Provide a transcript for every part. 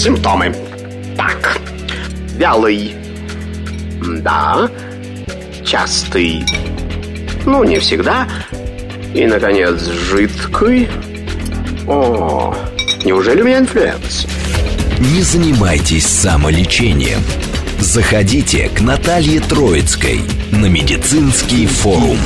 Симптомы. Так, вялый. Да. Частый. Ну, не всегда. И, наконец, жидкий. О, неужели у меня инфлюенс? Не занимайтесь самолечением. Заходите к Наталье Троицкой на медицинский форум.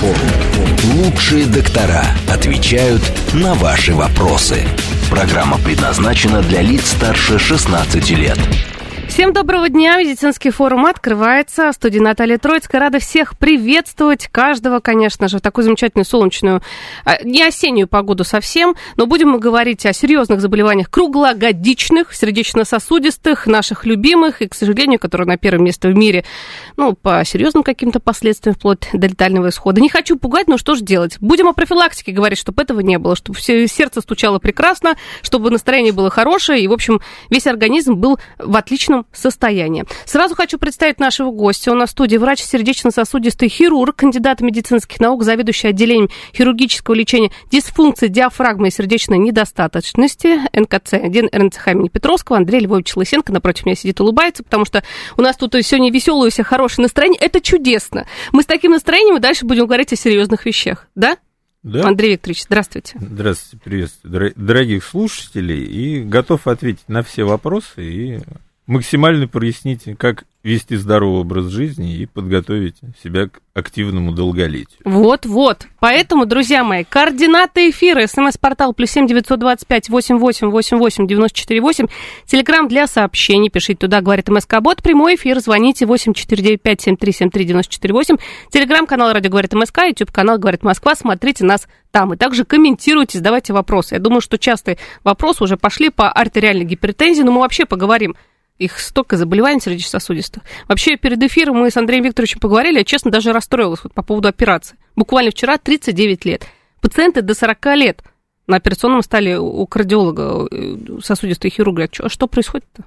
Лучшие доктора отвечают на ваши вопросы. Программа предназначена для лиц старше 16 лет. Всем доброго дня. Медицинский форум открывается. В студии Наталья Троицкая. Рада всех приветствовать. Каждого, конечно же, в такую замечательную солнечную, не осеннюю погоду совсем, но будем мы говорить о серьезных заболеваниях круглогодичных, сердечно-сосудистых, наших любимых, и, к сожалению, которые на первое место в мире, ну, по серьезным каким-то последствиям, вплоть до летального исхода. Не хочу пугать, но что же делать? Будем о профилактике говорить, чтобы этого не было, чтобы сердце стучало прекрасно, чтобы настроение было хорошее, и, в общем, весь организм был в отличном состояние. Сразу хочу представить нашего гостя. У нас в студии врач сердечно-сосудистый хирург, кандидат медицинских наук, заведующий отделением хирургического лечения дисфункции диафрагмы и сердечной недостаточности НКЦ-1 РНЦХ имени Петровского. Андрей Львович Лысенко напротив меня сидит, улыбается, потому что у нас тут сегодня веселое, у всех хорошее настроение. Это чудесно. Мы с таким настроением и дальше будем говорить о серьезных вещах. Да? Да. Андрей Викторович, здравствуйте. Здравствуйте, приветствую дорогих слушателей. И готов ответить на все вопросы и максимально прояснить, как вести здоровый образ жизни и подготовить себя к активному долголетию. Вот. Поэтому, друзья мои, координаты эфира. СМС-портал +7 925 88 88 94 8. Телеграм для сообщений. Пишите туда, говорит МСК-бот. Прямой эфир. Звоните 8495 7373 94 8. Телеграм-канал «Радио говорит МСК». YouTube-канал «Говорит Москва». Смотрите нас там. И также комментируйте, задавайте вопросы. Я думаю, что частые вопросы уже пошли по артериальной гипертензии, но мы вообще поговорим. Их столько заболеваний сердечно-сосудистых. Вообще, перед эфиром мы с Андреем Викторовичем поговорили, я, честно, даже расстроилась вот по поводу операции. Буквально вчера 39 лет. Пациенты до 40 лет на операционном столе у кардиолога, сосудистого хирурга. Что происходит-то?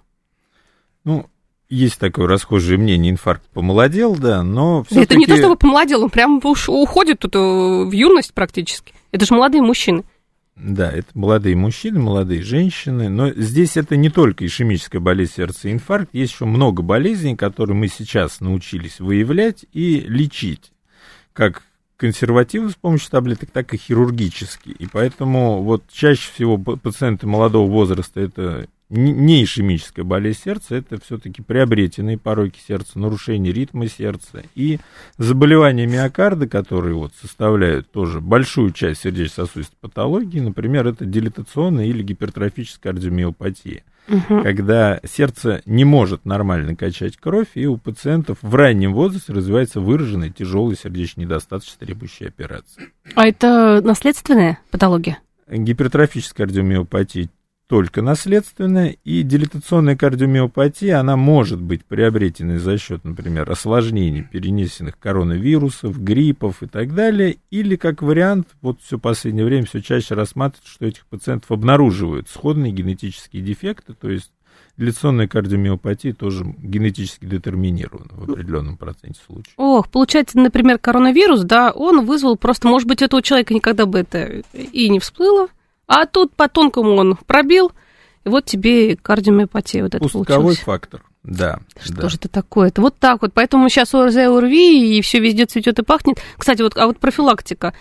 Ну, есть такое расхожее мнение, инфаркт помолодел, да, но все-таки... Это не то, чтобы помолодел, он прям уходит тут в юность практически. Это же молодые мужчины. Да, это молодые мужчины, молодые женщины, но здесь это не только ишемическая болезнь сердца и инфаркт, есть еще много болезней, которые мы сейчас научились выявлять и лечить, как консервативно с помощью таблеток, так и хирургически, и поэтому вот чаще всего пациенты молодого возраста это не ишемическая болезнь сердца, это все-таки приобретенные пороки сердца, нарушение ритма сердца и заболевания миокарда, которые вот составляют тоже большую часть сердечно-сосудистой патологии, например, это дилатационная или гипертрофическая кардиомиопатия, когда сердце не может нормально качать кровь, и у пациентов в раннем возрасте развивается выраженная тяжелая сердечная недостаточность, требующая операции. А это наследственная патология? Гипертрофическая кардиомиопатия только наследственная, и дилатационная кардиомиопатия, она может быть приобретена за счет, например, осложнений перенесенных коронавирусов, гриппов и так далее, или как вариант, вот все последнее время все чаще рассматривают, что этих пациентов обнаруживают сходные генетические дефекты, то есть дилатационная кардиомиопатия тоже генетически детерминирована в определенном проценте случаев. Ох, получается, например, коронавирус, да, он вызвал просто, может быть, этого человека никогда бы это и не всплыло, а тут по тонкому он пробил, и вот тебе кардиомиопатия вот это получилась. Пусковой фактор, да. Что же это такое? Это вот так вот. Поэтому сейчас ОРЗ, ОРВИ, и все везде цветет и пахнет. Кстати, вот, а вот профилактика,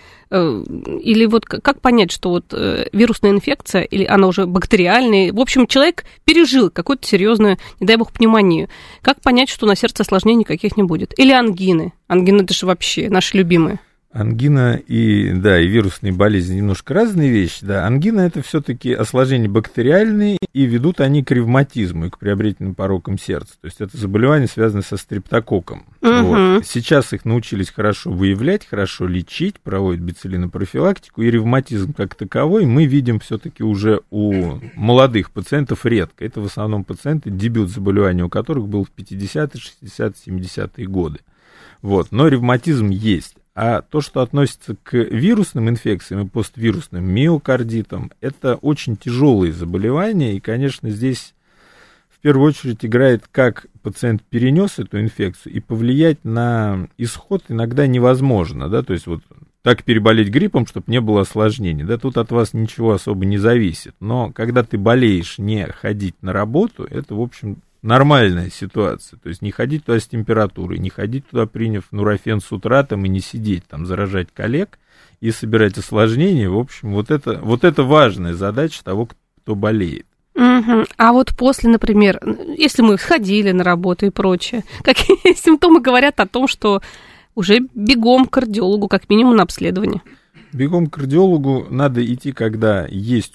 или вот как понять, что вот вирусная инфекция, или она уже бактериальная, в общем, человек пережил какую-то серьезную, не дай бог, пневмонию. Как понять, что на сердце осложнений никаких не будет? Или ангины? Ангины, это же вообще наши любимые. Ангина и вирусные болезни немножко разные вещи. Да. Ангина – это все-таки осложнения бактериальные, и ведут они к ревматизму и к приобретенным порокам сердца. То есть это заболевания, связанные со стрептококком. Вот. Сейчас их научились хорошо выявлять, хорошо лечить, проводят бациллинопрофилактику, и ревматизм как таковой мы видим все-таки уже у молодых пациентов редко. Это в основном пациенты, дебют заболевания у которых был в 50-е, 60-е, 70-е годы. Вот. Но ревматизм есть. А то, что относится к вирусным инфекциям и поствирусным миокардитам, это очень тяжелые заболевания, и, конечно, здесь в первую очередь играет, как пациент перенес эту инфекцию, и повлиять на исход иногда невозможно, да, то есть вот так переболеть гриппом, чтобы не было осложнений. Да, тут от вас ничего особо не зависит. Но когда ты болеешь, не ходить на работу, это, в общем, нормальная ситуация. То есть не ходить туда с температурой, не ходить туда, приняв нурофен с утра, там, и не сидеть, там, заражать коллег и собирать осложнения. В общем, вот это важная задача того, кто болеет. Угу. А вот после, например, если мы сходили на работу и прочее, какие симптомы говорят о том, что уже бегом к кардиологу, как минимум, на обследование? Бегом к кардиологу надо идти, когда есть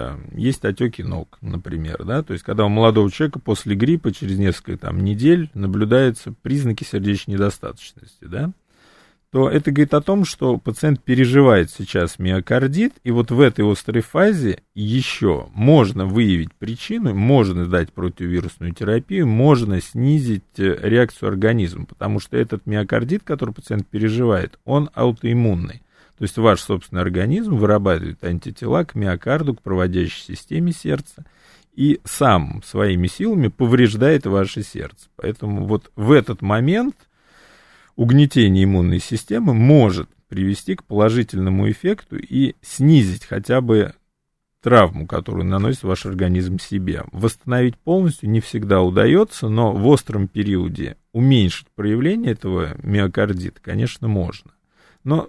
отеки ног, например, да, то есть когда у молодого человека после гриппа через несколько недель наблюдаются признаки сердечной недостаточности, да, то это говорит о том, что пациент переживает сейчас миокардит, и вот в этой острой фазе еще можно выявить причину, можно дать противовирусную терапию, можно снизить реакцию организма, потому что этот миокардит, который пациент переживает, он аутоиммунный. То есть ваш собственный организм вырабатывает антитела к миокарду, к проводящей системе сердца, и сам своими силами повреждает ваше сердце. Поэтому вот в этот момент угнетение иммунной системы может привести к положительному эффекту и снизить хотя бы травму, которую наносит ваш организм себе. Восстановить полностью не всегда удается, но в остром периоде уменьшить проявление этого миокардита, конечно, можно. Но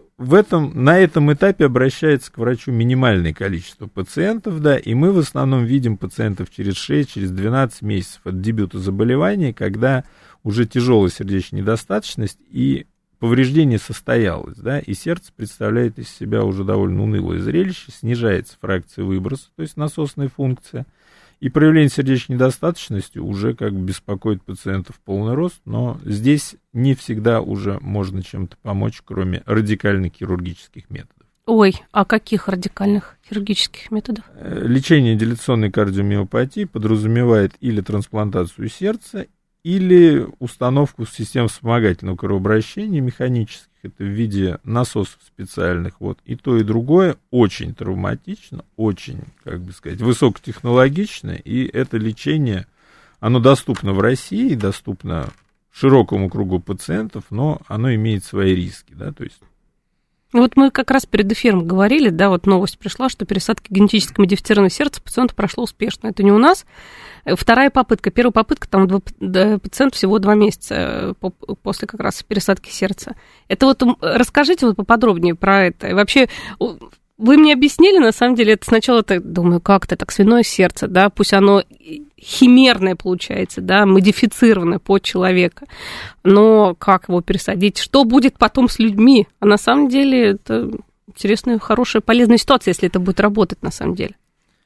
на этом этапе обращается к врачу минимальное количество пациентов, да, и мы в основном видим пациентов через 6, через 12 месяцев от дебюта заболевания, когда уже тяжелая сердечная недостаточность и повреждение состоялось, да, и сердце представляет из себя уже довольно унылое зрелище, снижается фракция выброса, то есть насосная функция, и проявление сердечной недостаточности уже как бы беспокоит пациентов в полный рост, но здесь не всегда уже можно чем-то помочь, кроме радикальных хирургических методов. Ой, а каких радикальных хирургических методов? Лечение диляционной кардиомиопатии подразумевает или трансплантацию сердца, или установку систем вспомогательного кровообращения механических, это в виде насосов специальных, вот, и то, и другое очень травматично, очень, как бы сказать, высокотехнологично, и это лечение, оно доступно в России, доступно широкому кругу пациентов, но оно имеет свои риски, да, то есть... Вот мы как раз перед эфиром говорили, да, вот новость пришла, что пересадка генетически модифицированного сердца пациента прошла успешно. Это не у нас. Вторая попытка. Первая попытка, там пациент всего 2 месяца после как раз пересадки сердца. Это вот расскажите вот поподробнее про это. И вообще, вы мне объяснили, на самом деле, это сначала, думаю, как-то так, свиное сердце, да, пусть оно химерное получается, да, модифицированное под человека, но как его пересадить, что будет потом с людьми? А на самом деле это интересная, хорошая, полезная ситуация, если это будет работать на самом деле.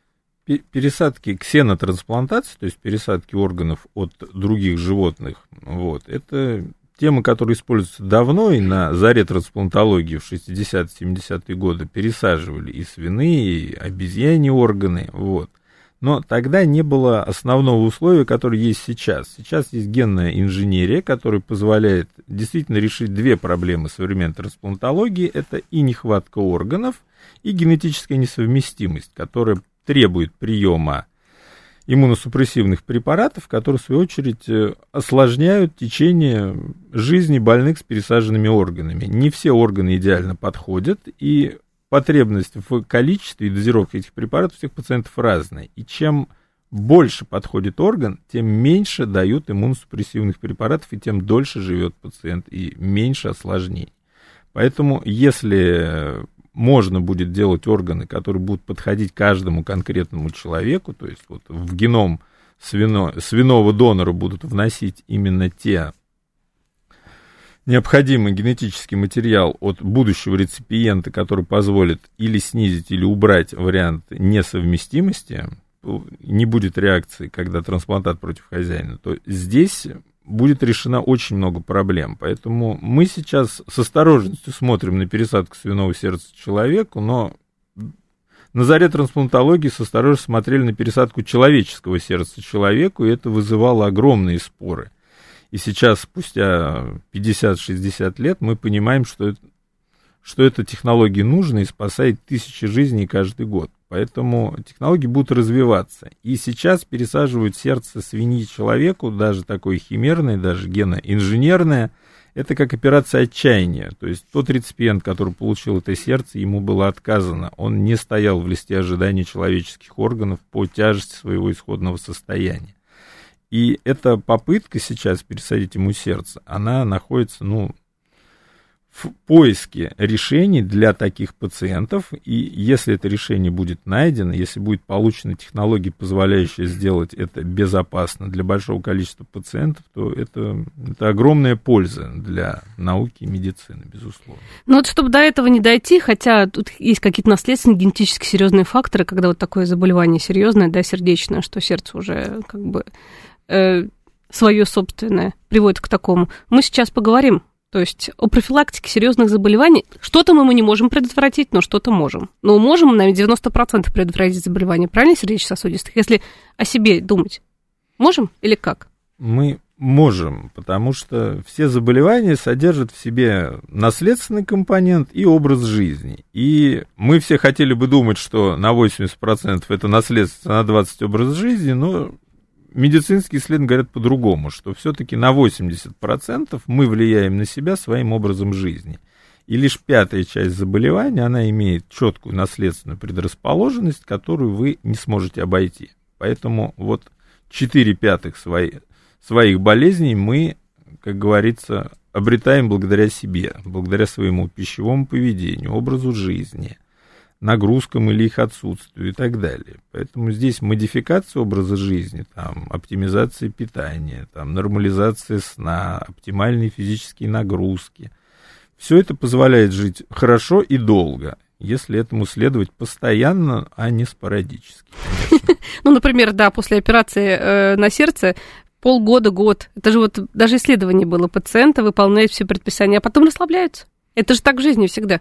Пересадки, ксенотрансплантации, то есть пересадки органов от других животных, вот, это тема, которая используется давно, и на заре трансплантологии в 60-70-е годы пересаживали и свиные, и обезьяньи органы, вот. Но тогда не было основного условия, которое есть сейчас. Сейчас есть генная инженерия, которая позволяет действительно решить 2 проблемы современной трансплантологии. Это и нехватка органов, и генетическая несовместимость, которая требует приема иммуносупрессивных препаратов, которые, в свою очередь, осложняют течение жизни больных с пересаженными органами. Не все органы идеально подходят, и потребность в количестве и дозировке этих препаратов у всех пациентов разная. И чем больше подходит орган, тем меньше дают иммуносупрессивных препаратов, и тем дольше живет пациент, и меньше осложнений. Поэтому, если можно будет делать органы, которые будут подходить каждому конкретному человеку, то есть вот в геном свиного донора будут вносить именно те необходимый генетический материал от будущего реципиента, который позволит или снизить, или убрать вариант несовместимости, не будет реакции, когда трансплантат против хозяина, то здесь будет решено очень много проблем. Поэтому мы сейчас с осторожностью смотрим на пересадку свиного сердца человеку, но на заре трансплантологии с осторожностью смотрели на пересадку человеческого сердца человеку, и это вызывало огромные споры. И сейчас, спустя 50-60 лет, мы понимаем, что эта технология нужна и спасает тысячи жизней каждый год. Поэтому технологии будут развиваться. И сейчас пересаживают сердце свиньи человеку, даже такое химерное, даже геноинженерное. это как операция отчаяния. То есть тот реципиент, который получил это сердце, ему было отказано. Он не стоял в листе ожидания человеческих органов по тяжести своего исходного состояния. И эта попытка сейчас пересадить ему сердце, она находится, в поиске решений для таких пациентов, и если это решение будет найдено, если будет получена технология, позволяющая сделать это безопасно для большого количества пациентов, то это огромная польза для науки и медицины, безусловно. Ну вот чтобы до этого не дойти, хотя тут есть какие-то наследственные, генетически серьезные факторы, когда вот такое заболевание серьезное, да, сердечное, что сердце уже как бы свое собственное приводит к такому. Мы сейчас поговорим. То есть о профилактике серьезных заболеваний. Что-то мы не можем предотвратить, но что-то можем. Но можем, наверное, 90% предотвратить заболевания, правильно, сердечно-сосудистых, если о себе думать. Можем или как? Мы можем, потому что все заболевания содержат в себе наследственный компонент и образ жизни. И мы все хотели бы думать, что на 80% это наследство, на 20% образ жизни, но медицинские исследования говорят по-другому, что все-таки на 80% мы влияем на себя своим образом жизни. И лишь 5-я часть заболевания, она имеет четкую наследственную предрасположенность, которую вы не сможете обойти. Поэтому вот 4/5 своих болезней мы, как говорится, обретаем благодаря себе, благодаря своему пищевому поведению, образу жизни, нагрузкам или их отсутствию и так далее. Поэтому здесь модификация образа жизни, там, оптимизация питания, там, нормализация сна, оптимальные физические нагрузки. Все это позволяет жить хорошо и долго, если этому следовать постоянно, а не спорадически. Ну, например, да, после операции на сердце полгода, год. Это же вот даже исследование было. Пациенты выполняют все предписания, а потом расслабляются. Это же так в жизни всегда.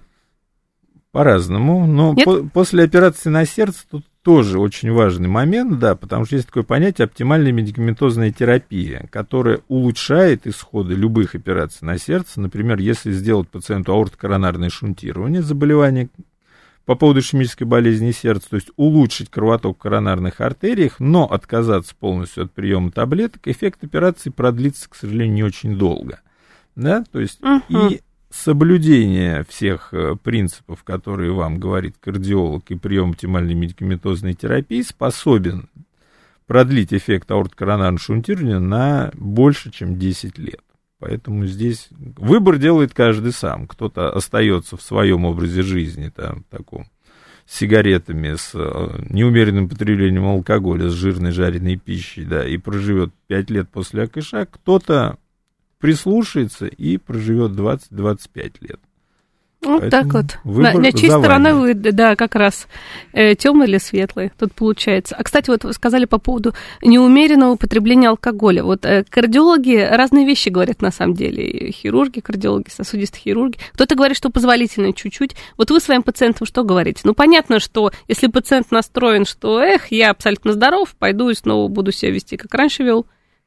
По-разному, но после операции на сердце тут тоже очень важный момент, да, потому что есть такое понятие оптимальная медикаментозная терапия, которая улучшает исходы любых операций на сердце. Например, если сделать пациенту аортокоронарное шунтирование, заболевание по поводу ишемической болезни сердца, то есть улучшить кровоток в коронарных артериях, но отказаться полностью от приема таблеток, эффект операции продлится, к сожалению, не очень долго, да, то есть и соблюдение всех принципов, которые вам говорит кардиолог, и прием оптимальной медикаментозной терапии способен продлить эффект аортокоронарного шунтирования на больше, чем 10 лет. Поэтому здесь выбор делает каждый сам. Кто-то остается в своем образе жизни, там, таком, с сигаретами, с неумеренным потреблением алкоголя, с жирной жареной пищей, да, и проживет 5 лет после АКШ, кто-то прислушается и проживет 20-25 лет. Вот поэтому так вот. На чьей стороны вы, да, как раз темный или светлый тут получается. А, кстати, вот вы сказали по поводу неумеренного употребления алкоголя. Вот кардиологи разные вещи говорят на самом деле. Хирурги, кардиологи, сосудистые хирурги. Кто-то говорит, что позволительно чуть-чуть. Вот вы своим пациентам что говорите? Ну, понятно, что если пациент настроен, что, я абсолютно здоров, пойду и снова буду себя вести, как раньше вел.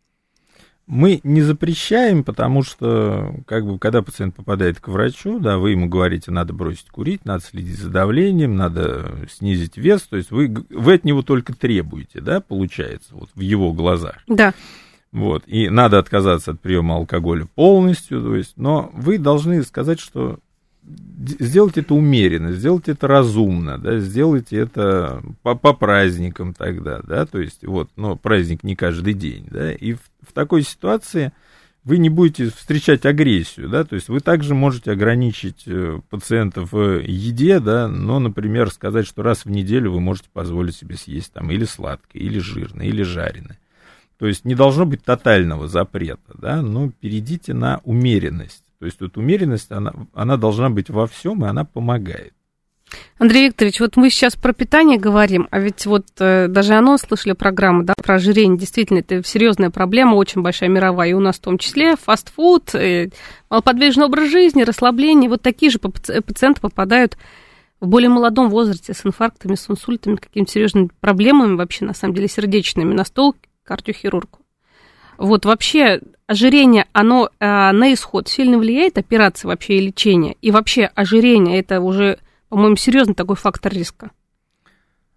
Мы не запрещаем, потому что, когда пациент попадает к врачу, да, вы ему говорите, надо бросить курить, надо следить за давлением, надо снизить вес, то есть вы от него только требуете, да, получается, вот в его глазах. Да. Вот, и надо отказаться от приема алкоголя полностью, то есть, но вы должны сказать, что сделайте это умеренно, сделайте это разумно, да, сделайте это по праздникам тогда, да, то есть, вот, но праздник не каждый день, да, и в такой ситуации вы не будете встречать агрессию, да, то есть вы также можете ограничить пациентов в еде, да, но, например, сказать, что раз в неделю вы можете позволить себе съесть там или сладкое, или жирное, или жареное. То есть не должно быть тотального запрета, да, но перейдите на умеренность. То есть вот умеренность, она должна быть во всем, и она помогает. Андрей Викторович, вот мы сейчас про питание говорим, а ведь вот даже анонс слышали программу, да, про ожирение. Действительно, это серьезная проблема, очень большая мировая, и у нас в том числе фастфуд, малоподвижный образ жизни, расслабление. Вот такие же пациенты попадают в более молодом возрасте с инфарктами, с инсультами, какими-то серьезными проблемами вообще, на самом деле, сердечными, на стол к кардиохирургу. Вот вообще ожирение, оно на исход сильно влияет, операция вообще и лечение? И вообще ожирение, это уже, по-моему, серьезный такой фактор риска.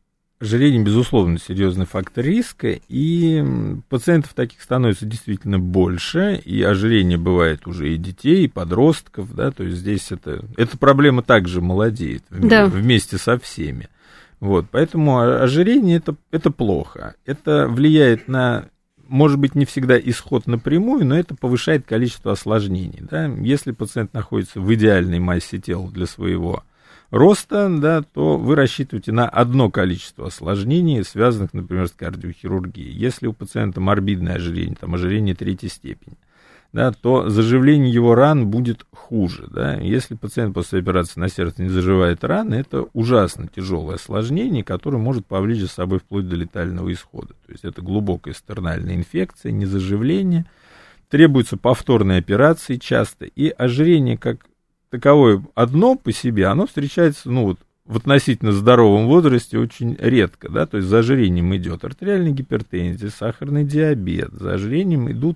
Ожирение, безусловно, серьезный фактор риска, и пациентов таких становится действительно больше, и ожирение бывает уже и детей, и подростков, да, то есть здесь эта проблема также молодеет вместе со всеми. Вот, поэтому ожирение это плохо, это влияет на, может быть, не всегда исход напрямую, но это повышает количество осложнений, да, если пациент находится в идеальной массе тела для своего роста, да, то вы рассчитываете на одно количество осложнений, связанных, например, с кардиохирургией. Если у пациента морбидное ожирение, там ожирение 3-й степени, да, то заживление его ран будет хуже. Да. Если пациент после операции на сердце не заживает раны, это ужасно тяжелое осложнение, которое может повлечь за собой вплоть до летального исхода. То есть это глубокая стернальная инфекция, незаживление, требуются повторные операции часто, и ожирение как таковое одно по себе, оно встречается, в относительно здоровом возрасте очень редко, да, то есть за ожирением идет артериальная гипертензия, сахарный диабет, за ожирением идут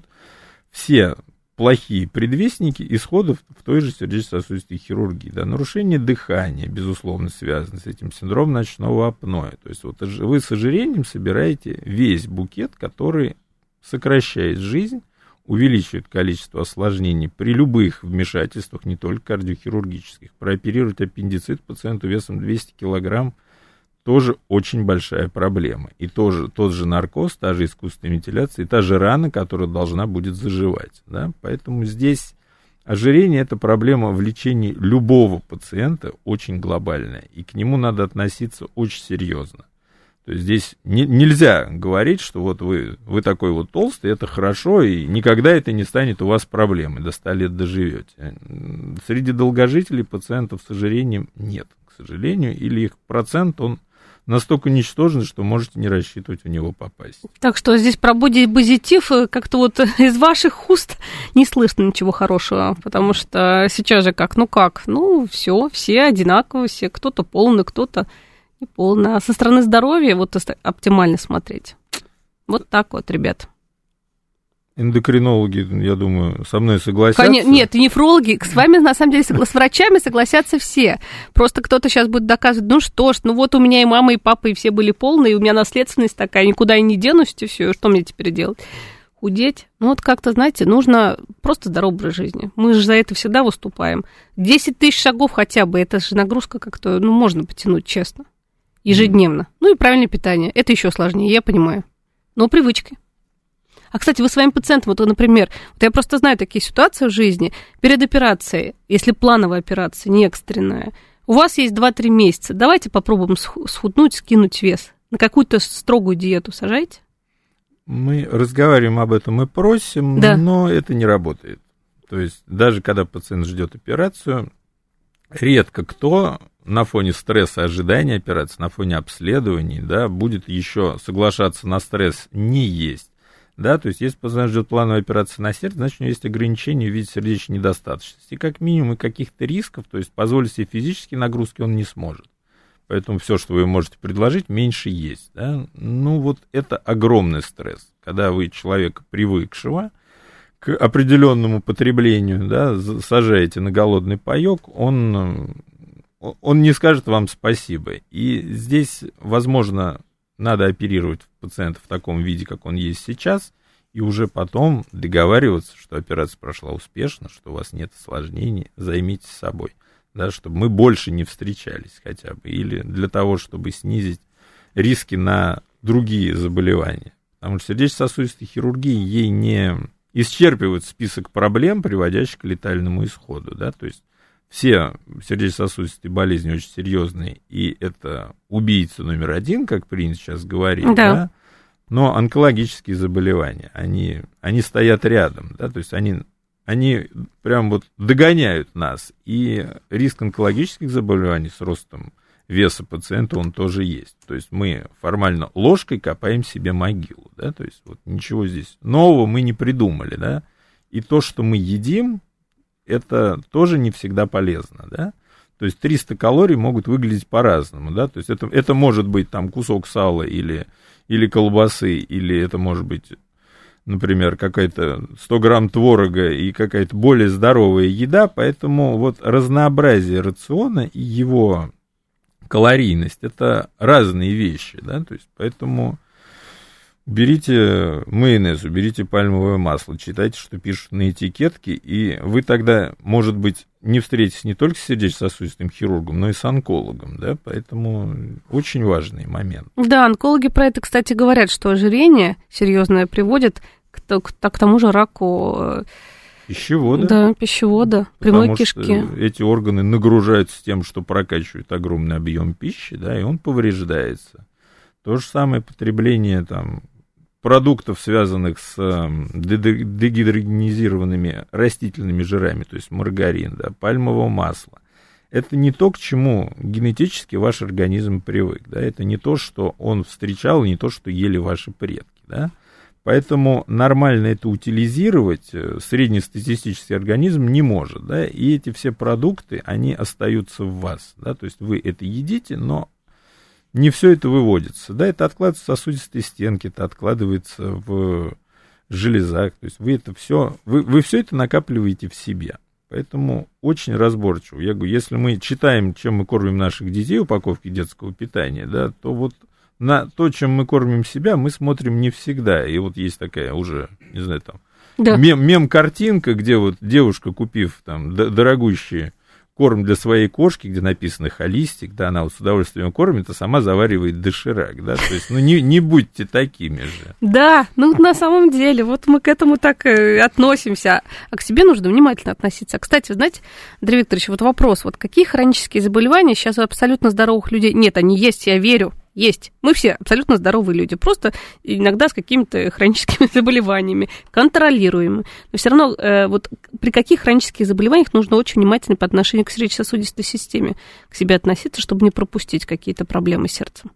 все плохие предвестники исходов в той же сердечно-сосудистой хирургии, да, нарушение дыхания, безусловно, связано с этим, синдром ночного апноэ, то есть вот вы с ожирением собираете весь букет, который сокращает жизнь, увеличивает количество осложнений при любых вмешательствах, не только кардиохирургических. Прооперировать аппендицит пациенту весом 200 килограмм тоже очень большая проблема. И тоже тот же наркоз, та же искусственная вентиляция, и та же рана, которая должна будет заживать. Да? Поэтому здесь ожирение – это проблема в лечении любого пациента очень глобальная, и к нему надо относиться очень серьезно. То есть здесь нельзя говорить, что вот вы такой вот толстый, это хорошо, и никогда это не станет у вас проблемой, до 100 лет доживете. Среди долгожителей пациентов с ожирением нет, к сожалению, или их процент, он настолько ничтожен, что можете не рассчитывать в него попасть. Так что здесь про бодипозитив как-то вот из ваших уст не слышно ничего хорошего, потому что сейчас же все одинаково, все, кто-то полный, кто-то не полно. А со стороны здоровья вот оптимально смотреть. Вот так вот, ребят. Эндокринологи, я думаю, со мной согласятся. Нет, и нефрологи, с вами, на самом деле, с врачами согласятся все. Просто кто-то сейчас будет доказывать, вот у меня и мама, и папа, и все были полные, и у меня наследственность такая, никуда я не денусь, и все, что мне теперь делать? Худеть? Как-то, знаете, нужно просто здоровый образ жизни. Мы же за это всегда выступаем. 10 тысяч шагов хотя бы, это же нагрузка как-то, можно потянуть, честно. Ежедневно. И правильное питание. Это еще сложнее, я понимаю. Но привычки. А, кстати, вы своим пациентам, например, я просто знаю такие ситуации в жизни, перед операцией, если плановая операция, не экстренная, у вас есть 2-3 месяца, давайте попробуем схуднуть, скинуть вес. На какую-то строгую диету сажайте. Мы разговариваем об этом и просим, да. Но это не работает. То есть даже когда пациент ждет операцию, редко кто на фоне стресса ожидания операции, на фоне обследований, да, будет еще соглашаться на стресс не есть. Да, то есть, если пациент ждет плановой операции на сердце, значит, у него есть ограничения в виде сердечной недостаточности. И как минимум и каких-то рисков, то есть позволить себе физические нагрузки он не сможет. Поэтому все, что вы можете предложить, меньше есть. Да? Это огромный стресс, когда вы человека привыкшего к определенному потреблению, да, сажаете на голодный паёк, он не скажет вам спасибо. И здесь, возможно, надо оперировать пациента в таком виде, как он есть сейчас, и уже потом договариваться, что операция прошла успешно, что у вас нет осложнений, займитесь собой, да, чтобы мы больше не встречались хотя бы, или для того, чтобы снизить риски на другие заболевания. Потому что сердечно-сосудистой хирургии ей не исчерпывает список проблем, приводящих к летальному исходу, да, то есть все сердечно-сосудистые болезни очень серьезные, и это убийца номер 1, как принято сейчас говорить, да. Но онкологические заболевания, они стоят рядом, да, то есть они прям догоняют нас, и риск онкологических заболеваний с ростом веса пациента, он тоже есть. То есть мы формально ложкой копаем себе могилу, да, то есть ничего здесь нового мы не придумали, да, и то, что мы едим, это тоже не всегда полезно, да, то есть 300 калорий могут выглядеть по-разному, да, то есть это может быть там кусок сала или колбасы, или это может быть, например, какая-то 100 грамм творога и какая-то более здоровая еда, поэтому разнообразие рациона и его калорийность. Это разные вещи, да, то есть поэтому берите майонез, берите пальмовое масло, читайте, что пишут на этикетке, и вы тогда, может быть, не встретитесь не только с сердечно-сосудистым хирургом, но и с онкологом, да, поэтому очень важный момент. Да, онкологи про это, кстати, говорят, что ожирение серьезное приводит к тому же раку пищевода. Да, пищевода, прямой кишки. Потому что эти органы нагружаются тем, что прокачивают огромный объем пищи, да, и он повреждается. То же самое потребление там продуктов, связанных с дегидрогенизированными растительными жирами, то есть маргарин, да, пальмового масла. Это не то, к чему генетически ваш организм привык, да, это не то, что он встречал, и не то, что ели ваши предки, да. Поэтому нормально это утилизировать среднестатистический организм не может, да, и эти все продукты, они остаются в вас, да, то есть вы это едите, но не все это выводится, да, это откладывается в сосудистой стенке, это откладывается в железах, то есть вы это все, вы все это накапливаете в себе, поэтому очень разборчиво. Я говорю, если мы читаем, чем мы кормим наших детей, упаковки детского питания, да, то вот на то, чем мы кормим себя, мы смотрим не всегда. И вот есть такая уже, не знаю, там, да, мем-картинка, где вот девушка, купив там дорогущий корм для своей кошки, где написано холистик, да, она вот с удовольствием кормит, а сама заваривает доширак, да, то есть, ну, не будьте такими же. Да, ну, на самом деле, вот мы к этому так относимся, а к себе нужно внимательно относиться. Кстати, знаете, Андрей Викторович, вот вопрос, вот какие хронические заболевания сейчас у абсолютно здоровых людей? Нет, они есть, я верю. Есть. Мы все абсолютно здоровые люди, просто иногда с какими-то хроническими заболеваниями, контролируемые. Но все равно вот при каких хронических заболеваниях нужно очень внимательно по отношению к сердечно-сосудистой системе к себе относиться, чтобы не пропустить какие-то проблемы с сердцем?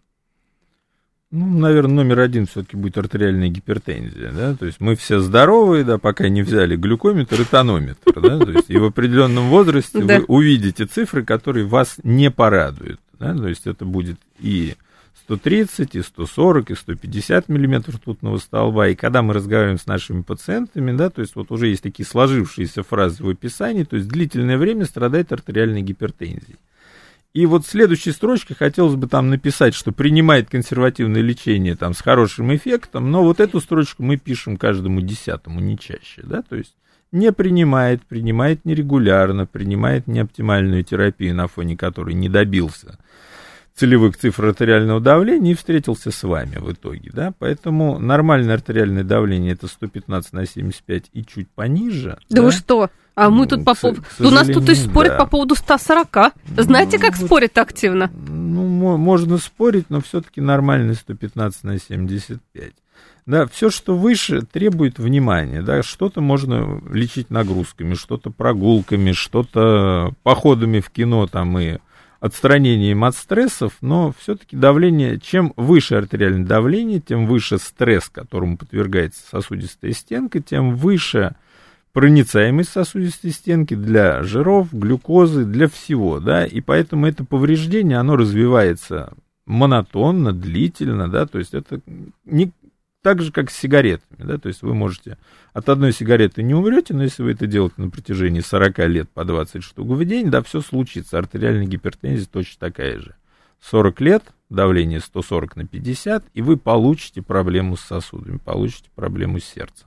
Ну, наверное, номер один все-таки будет артериальная гипертензия, да, то есть мы все здоровые, да, пока не взяли глюкометр и тонометр, да, то есть и в определенном возрасте вы увидите цифры, которые вас не порадуют, да, то есть это будет и 130, и 140, и 150 миллиметров ртутного столба, и когда мы разговариваем с нашими пациентами, да, то есть вот уже есть такие сложившиеся фразы в описании, то есть длительное время страдает артериальной гипертензией. И вот в следующей строчке хотелось бы там написать, что принимает консервативное лечение там с хорошим эффектом, но вот эту строчку мы пишем каждому 10-му, не чаще, да, то есть не принимает, принимает нерегулярно, принимает неоптимальную терапию, на фоне которой не добился целевых цифр артериального давления и встретился с вами в итоге, да, поэтому нормальное артериальное давление это 115 на 75 и чуть пониже. Да вы что? А мы тут по поводу... У нас тут и спорят по поводу 140. Знаете, как спорят активно? Ну, можно спорить, но все-таки нормальный 115 на 75. Да, все, что выше, требует внимания, да, что-то можно лечить нагрузками, что-то прогулками, что-то походами в кино там и отстранением от стрессов, но все-таки давление, чем выше артериальное давление, тем выше стресс, которому подвергается сосудистая стенка, тем выше проницаемость сосудистой стенки для жиров, глюкозы, для всего, да, и поэтому это повреждение, оно развивается монотонно, длительно, да, то есть это не так же, как с сигаретами, да, то есть вы можете от одной сигареты не умрете, но если вы это делаете на протяжении 40 лет по 20 штук в день, да, все случится, артериальная гипертензия точно такая же. 40 лет, давление 140 на 50, и вы получите проблему с сосудами, получите проблему с сердцем.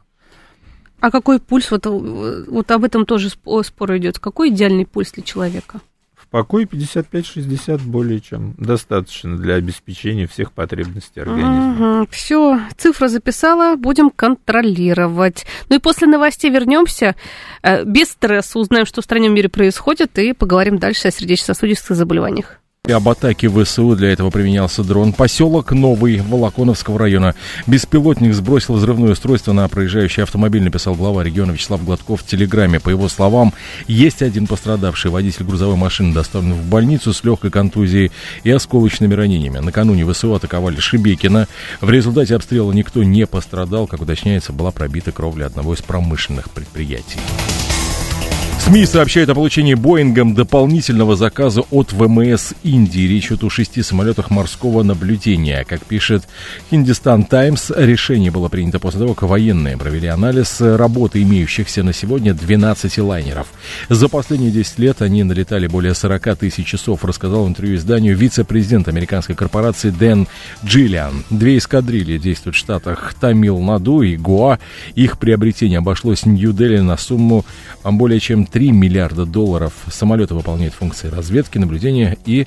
А какой пульс, вот об этом тоже спор идет, какой идеальный пульс для человека? В покое 55-60 более чем достаточно для обеспечения всех потребностей организма. Все, цифра записала, будем контролировать. Ну и после новостей вернемся, без стресса узнаем, что в стране и мире происходит, и поговорим дальше о сердечно-сосудистых заболеваниях. Об атаке ВСУ для этого применялся дрон. Поселок Новый Волоконовского района. Беспилотник сбросил взрывное устройство на проезжающий автомобиль, написал глава региона Вячеслав Гладков в Телеграме. По его словам, есть один пострадавший. Водитель грузовой машины доставлен в больницу с легкой контузией и осколочными ранениями. Накануне ВСУ атаковали Шебекино. В результате обстрела никто не пострадал. Как уточняется, была пробита кровля одного из промышленных предприятий. СМИ сообщают о получении Боингом дополнительного заказа от ВМС Индии. Речь идет о 6 самолетах морского наблюдения. Как пишет Hindustan Times, решение было принято после того, как военные провели анализ работы имеющихся на сегодня 12 лайнеров. За последние 10 лет они налетали более 40 тысяч часов, рассказал в интервью изданию вице-президент американской корпорации Дэн Джиллиан. 2 эскадрильи действуют в штатах Тамил-Наду и Гоа. Их приобретение обошлось Нью-Дели на сумму более чем $3 миллиарда. Самолеты выполняют функции разведки, наблюдения и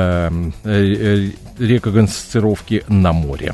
рекогносцировки на море.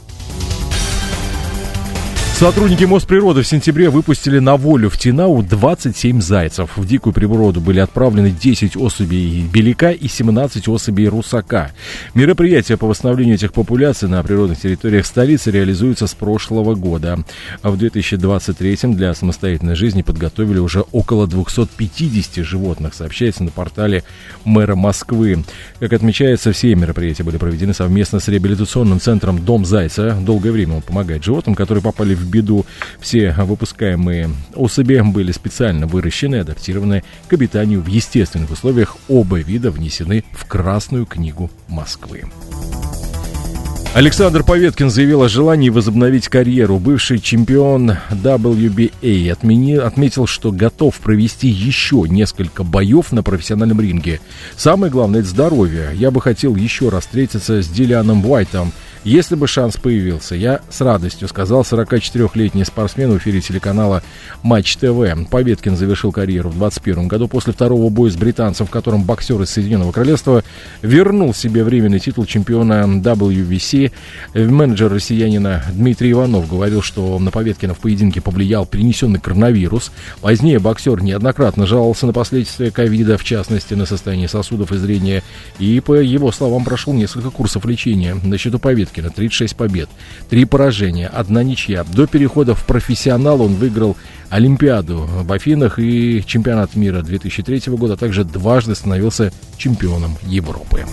Сотрудники Мосприроды в сентябре выпустили на волю в Тинау 27 зайцев. В дикую природу были отправлены 10 особей беляка и 17 особей русака. Мероприятия по восстановлению этих популяций на природных территориях столицы реализуются с прошлого года. А в 2023 для самостоятельной жизни подготовили уже около 250 животных, сообщается на портале мэра Москвы. Как отмечается, все мероприятия были проведены совместно с реабилитационным центром «Дом Зайца». Долгое время он помогает животным, которые попали в беду. Все выпускаемые особи были специально выращены и адаптированы к обитанию в естественных условиях. Оба вида внесены в Красную книгу Москвы. Александр Поветкин заявил о желании возобновить карьеру. Бывший чемпион WBA отметил, что готов провести еще несколько боев на профессиональном ринге. Самое главное – это здоровье. Я бы хотел еще раз встретиться с Дилианом Уайтом, если бы шанс появился. Я с радостью, сказал 44-летний спортсмен в эфире телеканала Матч ТВ. Поветкин завершил карьеру в 2021 году после второго боя с британцем, в котором боксер из Соединенного Королевства вернул себе временный титул чемпиона WBC. Менеджер россиянина Дмитрий Иванов говорил, что на Поветкина в поединке повлиял перенесенный коронавирус. Позднее боксер неоднократно жаловался на последствия ковида, в частности на состояние сосудов и зрения, и, по его словам, прошел несколько курсов лечения. На счету Поветкина 36 побед, 3 поражения, 1 ничья. До перехода в профессионал он выиграл Олимпиаду в Афинах и чемпионат мира 2003 года, а также дважды становился чемпионом Европы.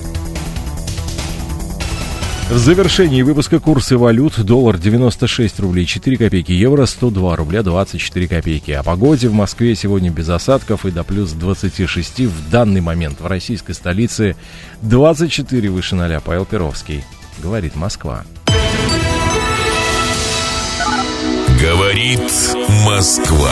В завершении выпуска курсы валют: доллар 96 рублей 4 копейки, евро 102 рубля 24 копейки. О погоде в Москве сегодня без осадков и до плюс 26 в данный момент. В российской столице 24 выше 0. Павел Перовский. Говорит Москва. Говорит Москва.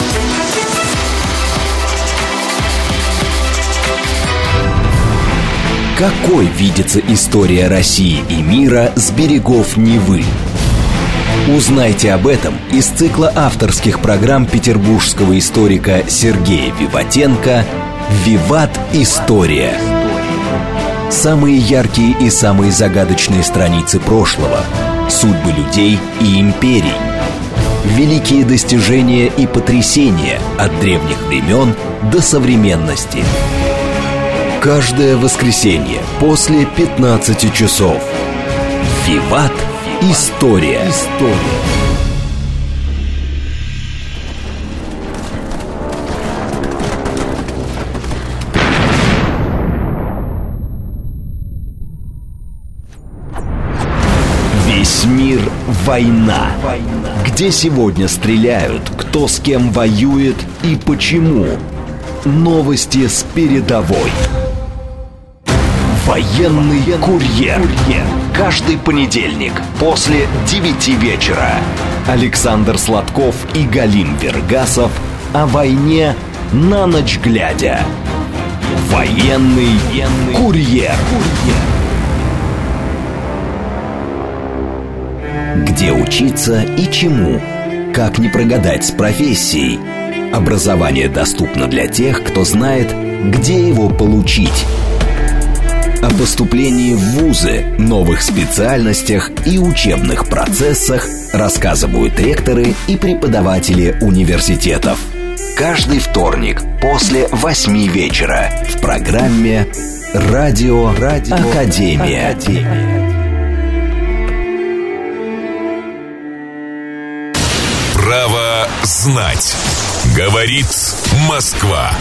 Какой видится история России и мира с берегов Невы? Узнайте об этом из цикла авторских программ петербургского историка Сергея Виватенко «Виват. История». Самые яркие и самые загадочные страницы прошлого, судьбы людей и империй, великие достижения и потрясения от древних времен до современности. Каждое воскресенье после 15 часов. «Виват. История». Весь мир – война. Где сегодня стреляют, кто с кем воюет и почему. Новости с передовой. Военный курьер. Каждый понедельник после 9 вечера. Александр Сладков и Галим Вергасов о войне на ночь глядя. Военный курьер. Где учиться и чему? Как не прогадать с профессией? Образование доступно для тех, кто знает, где его получить. О поступлении в вузы, новых специальностях и учебных процессах рассказывают ректоры и преподаватели университетов. Каждый вторник после 8 вечера в программе «Радио Академия». Право знать. Говорит Москва.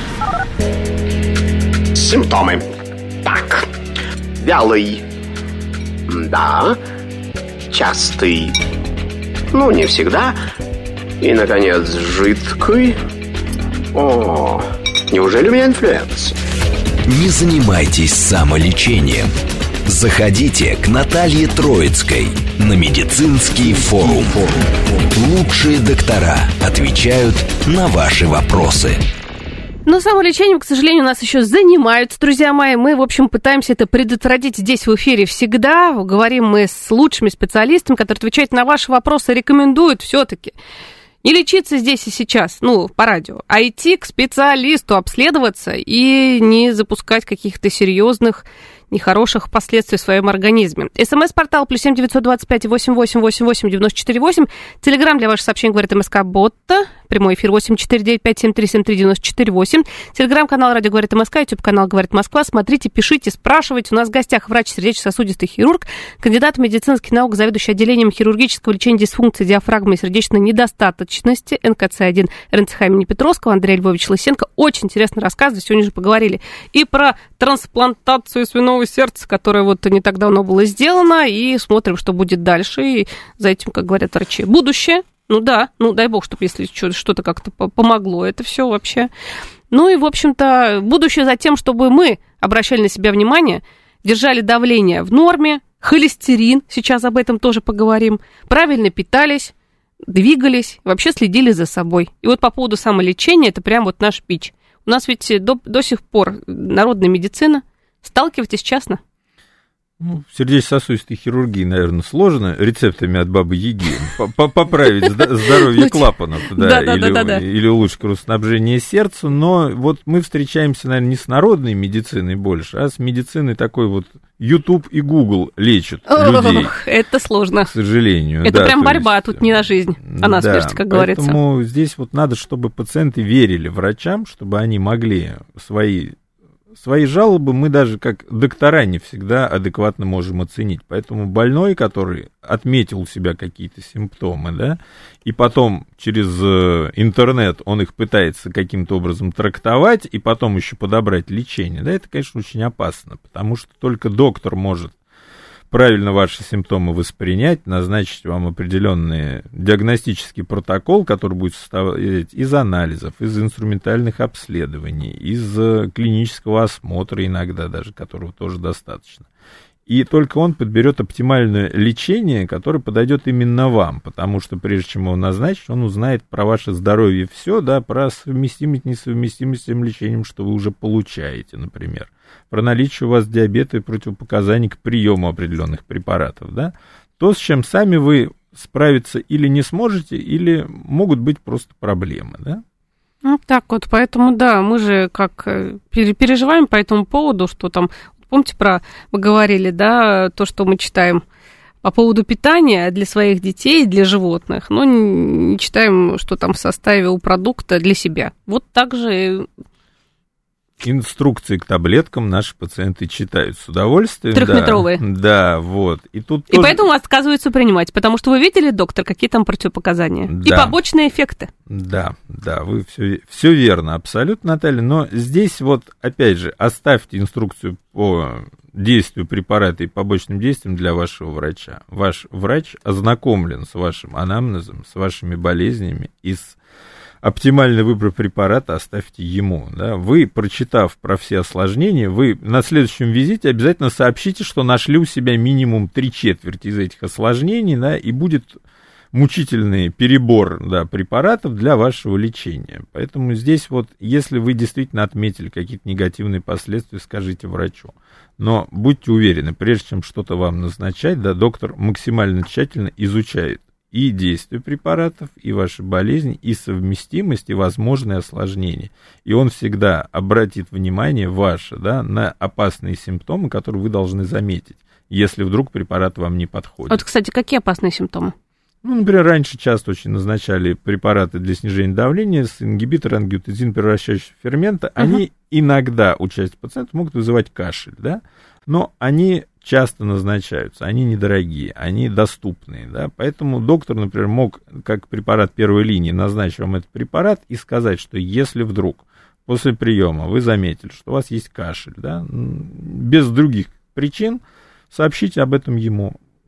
Симптомы. Так, вялый. Да. Частый. Ну, не всегда. И, наконец, жидкий. О, неужели у меня инфлюенс? Не занимайтесь самолечением. Заходите к Наталье Троицкой на медицинский форум. Лучшие доктора отвечают на ваши вопросы. Но самолечением, к сожалению, нас еще занимаются, друзья мои. Мы, в общем, пытаемся это предотвратить здесь в эфире всегда. Говорим мы с лучшими специалистами, которые отвечают на ваши вопросы, рекомендуют все-таки не лечиться здесь и сейчас, по радио, а идти к специалисту, обследоваться и не запускать каких-то серьезных, нехороших последствий в своем организме. СМС-портал +7 925 88 88 94 8. Телеграм для ваших сообщений говорит МСК-бот. Прямой эфир 8495-7373-94-8. Телеграм-канал «Радио говорит МСК», ютуб-канал «Говорит Москва». Смотрите, пишите, спрашивайте. У нас в гостях врач сердечно-сосудистый хирург, кандидат медицинских наук, заведующий отделением хирургического лечения дисфункции диафрагмы и сердечной недостаточности НКЦ-1 РНЦХ имени Петровского Андрей Львович Лысенко. Очень интересно рассказывает. Сегодня же поговорили и про трансплантацию свиного сердца, которая вот не так давно была сделана, и смотрим, что будет дальше. И за этим, как говорят врачи, будущее. Дай бог, чтобы если что-то как-то помогло, это все вообще. И, в общем-то, будущее за тем, чтобы мы обращали на себя внимание, держали давление в норме, холестерин, сейчас об этом тоже поговорим, правильно питались, двигались, вообще следили за собой. И вот по поводу самолечения, это прям вот наш пич. У нас ведь до сих пор народная медицина. Сталкиваетесь часто? В сердечно-сосудистой хирургии, наверное, сложно рецептами от Бабы Яги поправить здоровье клапанов, или улучшить кровоснабжение сердца, но вот мы встречаемся, наверное, не с народной медициной больше, а с медициной такой вот YouTube и Google лечат людей. Это сложно. К сожалению. Это прям борьба, тут не на жизнь, а на смерть, как говорится. Поэтому здесь вот надо, чтобы пациенты верили врачам, чтобы они могли свои жалобы мы даже как доктора не всегда адекватно можем оценить. Поэтому больной, который отметил у себя какие-то симптомы, и потом через интернет он их пытается каким-то образом трактовать и потом еще подобрать лечение, это, конечно, очень опасно, потому что только доктор может правильно ваши симптомы воспринять, назначить вам определенный диагностический протокол, который будет состоять из анализов, из инструментальных обследований, из клинического осмотра иногда даже, которого тоже достаточно. И только он подберет оптимальное лечение, которое подойдет именно вам, потому что прежде чем его назначить, он узнает про ваше здоровье все, про совместимость, несовместимость с тем лечением, что вы уже получаете, например. Про наличие у вас диабета и противопоказаний к приему определенных препаратов, то, с чем сами вы справиться или не сможете, или могут быть просто проблемы, Так вот, поэтому, мы же как переживаем по этому поводу, что там, помните, мы говорили, то, что мы читаем по поводу питания для своих детей, для животных, но не читаем, что там в составе у продукта для себя. Вот так же... Инструкции к таблеткам наши пациенты читают с удовольствием. 3-метровые. И поэтому отказываются принимать, потому что вы видели, доктор, какие там противопоказания? И побочные эффекты. Вы все верно, абсолютно, Наталья. Но здесь опять же, оставьте инструкцию по действию препарата и побочным действиям для вашего врача. Ваш врач ознакомлен с вашим анамнезом, с вашими болезнями и с оптимальный выбор препарата оставьте ему. Вы, прочитав про все осложнения, вы на следующем визите обязательно сообщите, что нашли у себя минимум 3/4 из этих осложнений, и будет мучительный перебор препаратов для вашего лечения. Поэтому здесь если вы действительно отметили какие-то негативные последствия, скажите врачу. Но будьте уверены, прежде чем что-то вам назначать, доктор максимально тщательно изучает и действие препаратов, и ваши болезни, и совместимость, и возможные осложнения. И он всегда обратит внимание ваше, на опасные симптомы, которые вы должны заметить, если вдруг препарат вам не подходит. Вот, кстати, какие опасные симптомы? Например, раньше часто очень назначали препараты для снижения давления с ингибитором ангиотензин превращающего фермента. Они иногда у части пациентов могут вызывать кашель, но они часто назначаются, они недорогие, они доступные, поэтому доктор, например, мог, как препарат первой линии, назначить вам этот препарат и сказать, что если вдруг после приема вы заметили, что у вас есть кашель, без других причин, сообщите об этом ему.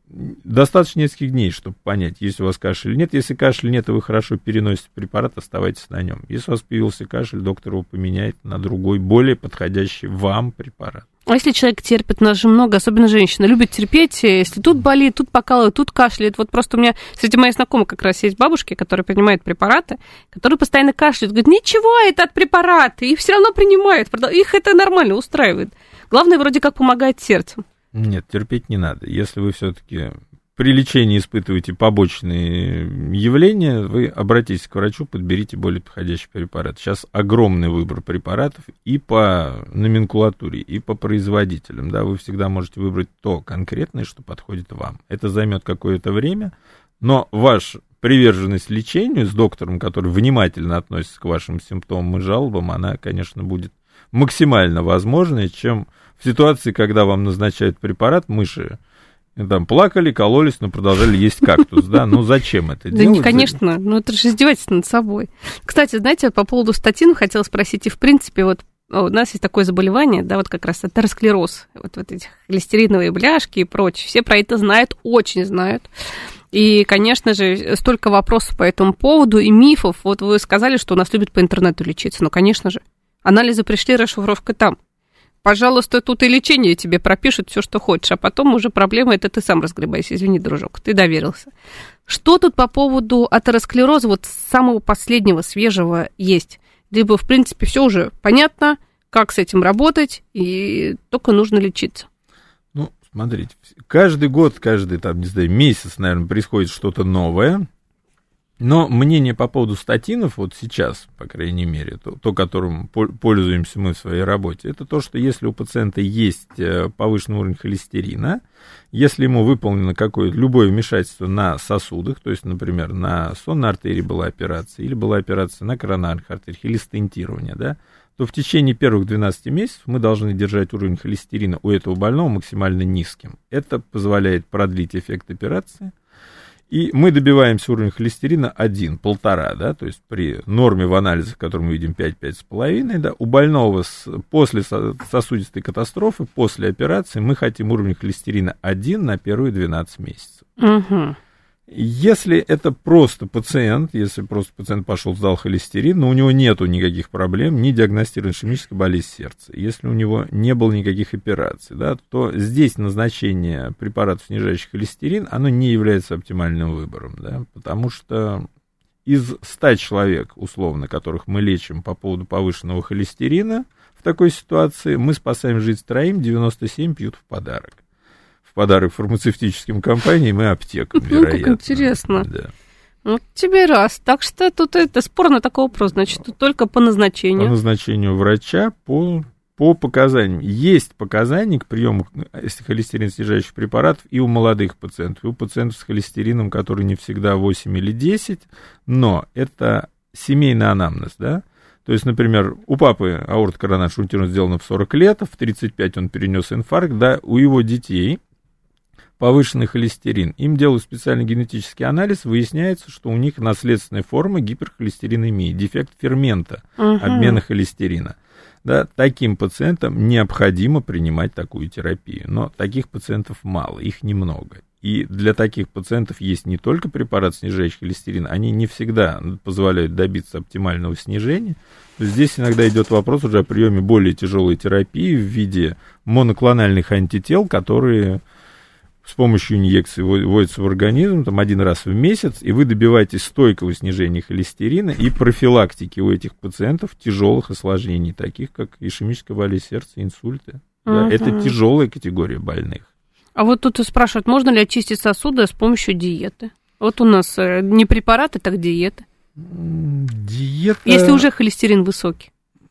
достаточно нескольких дней, чтобы понять, есть у вас кашель или нет. Если кашель нет, и вы хорошо переносите препарат, оставайтесь на нем. Если у вас появился кашель, доктор его поменяет на другой, более подходящий вам препарат. А если человек терпит, нас же много, особенно женщина, любит терпеть, если тут болит, тут покалывает, тут кашляет. Вот просто у меня, кстати, мои знакомые как раз есть бабушки, которые принимают препараты, которые постоянно кашляют. Говорят, ничего, это от препарата, и все равно принимают, их это нормально устраивает. Главное, вроде как помогает сердцу. Нет, терпеть не надо. Если вы все-таки при лечении испытываете побочные явления, вы обратитесь к врачу, подберите более подходящий препарат. Сейчас огромный выбор препаратов и по номенклатуре, и по производителям. Да, вы всегда можете выбрать то конкретное, что подходит вам. Это займет какое-то время, но ваша приверженность лечению с доктором, который внимательно относится к вашим симптомам и жалобам, она, конечно, будет максимально возможной, чем в ситуации, когда вам назначают препарат, мыши там плакали, кололись, но продолжали есть кактус, да, ну зачем это делать? Да, конечно, ну это же издевательство над собой. Кстати, знаете, по поводу статинов хотела спросить, и в принципе вот у нас есть такое заболевание, да, вот как раз атеросклероз, вот эти холестериновые бляшки и прочее, все про это знают, очень знают. И, конечно же, столько вопросов по этому поводу и мифов. Вот вы сказали, что у нас любят по интернету лечиться, ну, конечно же, анализы пришли, расшифровка там. Пожалуйста, тут и лечение тебе пропишут все, что хочешь, а потом уже проблема это ты сам разгребайся. Извини, дружок, ты доверился. Что тут по поводу атеросклероза, вот самого последнего, свежего есть? Либо, в принципе, все уже понятно, как с этим работать, и только нужно лечиться. Ну, смотрите, каждый год, каждый, там, не знаю, месяц, наверное, происходит что-то новое. Но мнение по поводу статинов, вот сейчас, по крайней мере, то которым пользуемся мы в своей работе, это то, что если у пациента есть повышенный уровень холестерина, если ему выполнено какое-то любое вмешательство на сосудах, то есть, например, на сонной артерии была операция, или была операция на коронарных артериях, или стентирование, да, то в течение первых 12 месяцев мы должны держать уровень холестерина у этого больного максимально низким. Это позволяет продлить эффект операции. И мы добиваемся уровня холестерина 1-1,5, да, то есть при норме в анализах, которую мы видим 5-5,5, да, у больного после сосудистой катастрофы, после операции, мы хотим уровень холестерина 1 на первые 12 месяцев. Угу. Если это просто пациент, если просто пациент пошел, сдал холестерин, но у него нету никаких проблем, не диагностирована ишемическая болезнь сердца, если у него не было никаких операций, да, то здесь назначение препаратов, снижающих холестерин, оно не является оптимальным выбором, да, потому что из 100 человек, условно, которых мы лечим по поводу повышенного холестерина, в такой ситуации мы спасаем жизнь 3, 97 пьют в подарок. Подарок фармацевтическим компаниям и аптекам, вероятно. Как интересно. Да. Вот тебе раз. Так что тут это спорно такой вопрос, значит, тут только по назначению. По назначению врача, по показаниям. Есть показания к приему холестерин снижающих препаратов и у молодых пациентов, и у пациентов с холестерином, который не всегда 8 или 10, но это семейный анамнез, да. То есть, например, у папы аорта коронарная шунтирована сделана в 40 лет, в 35 он перенес инфаркт, да, у его детей повышенный холестерин. Им делают специальный генетический анализ, выясняется, что у них наследственная форма гиперхолестеринемии, дефект фермента обмена холестерина. Да, таким пациентам необходимо принимать такую терапию, но таких пациентов мало, их немного. И для таких пациентов есть не только препарат, снижающий холестерин, они не всегда позволяют добиться оптимального снижения. Здесь иногда идет вопрос уже о приеме более тяжелой терапии в виде моноклональных антител, которые с помощью инъекций вводятся в организм там, 1 раз в месяц, и вы добиваетесь стойкого снижения холестерина и профилактики у этих пациентов тяжелых осложнений, таких как ишемическая болезнь сердца, инсульты. Да, это тяжелая категория больных. А вот тут спрашивают, можно ли очистить сосуды с помощью диеты? Вот у нас не препараты, так диета. Диета... Если уже холестерин высокий.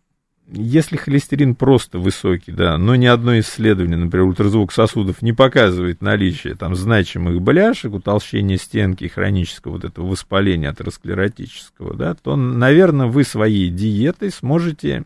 Если холестерин просто высокий, да, но ни одно исследование, например, ультразвук сосудов не показывает наличие там значимых бляшек, утолщения стенки и хронического вот этого воспаления атеросклеротического, да, то, наверное, вы своей диетой сможете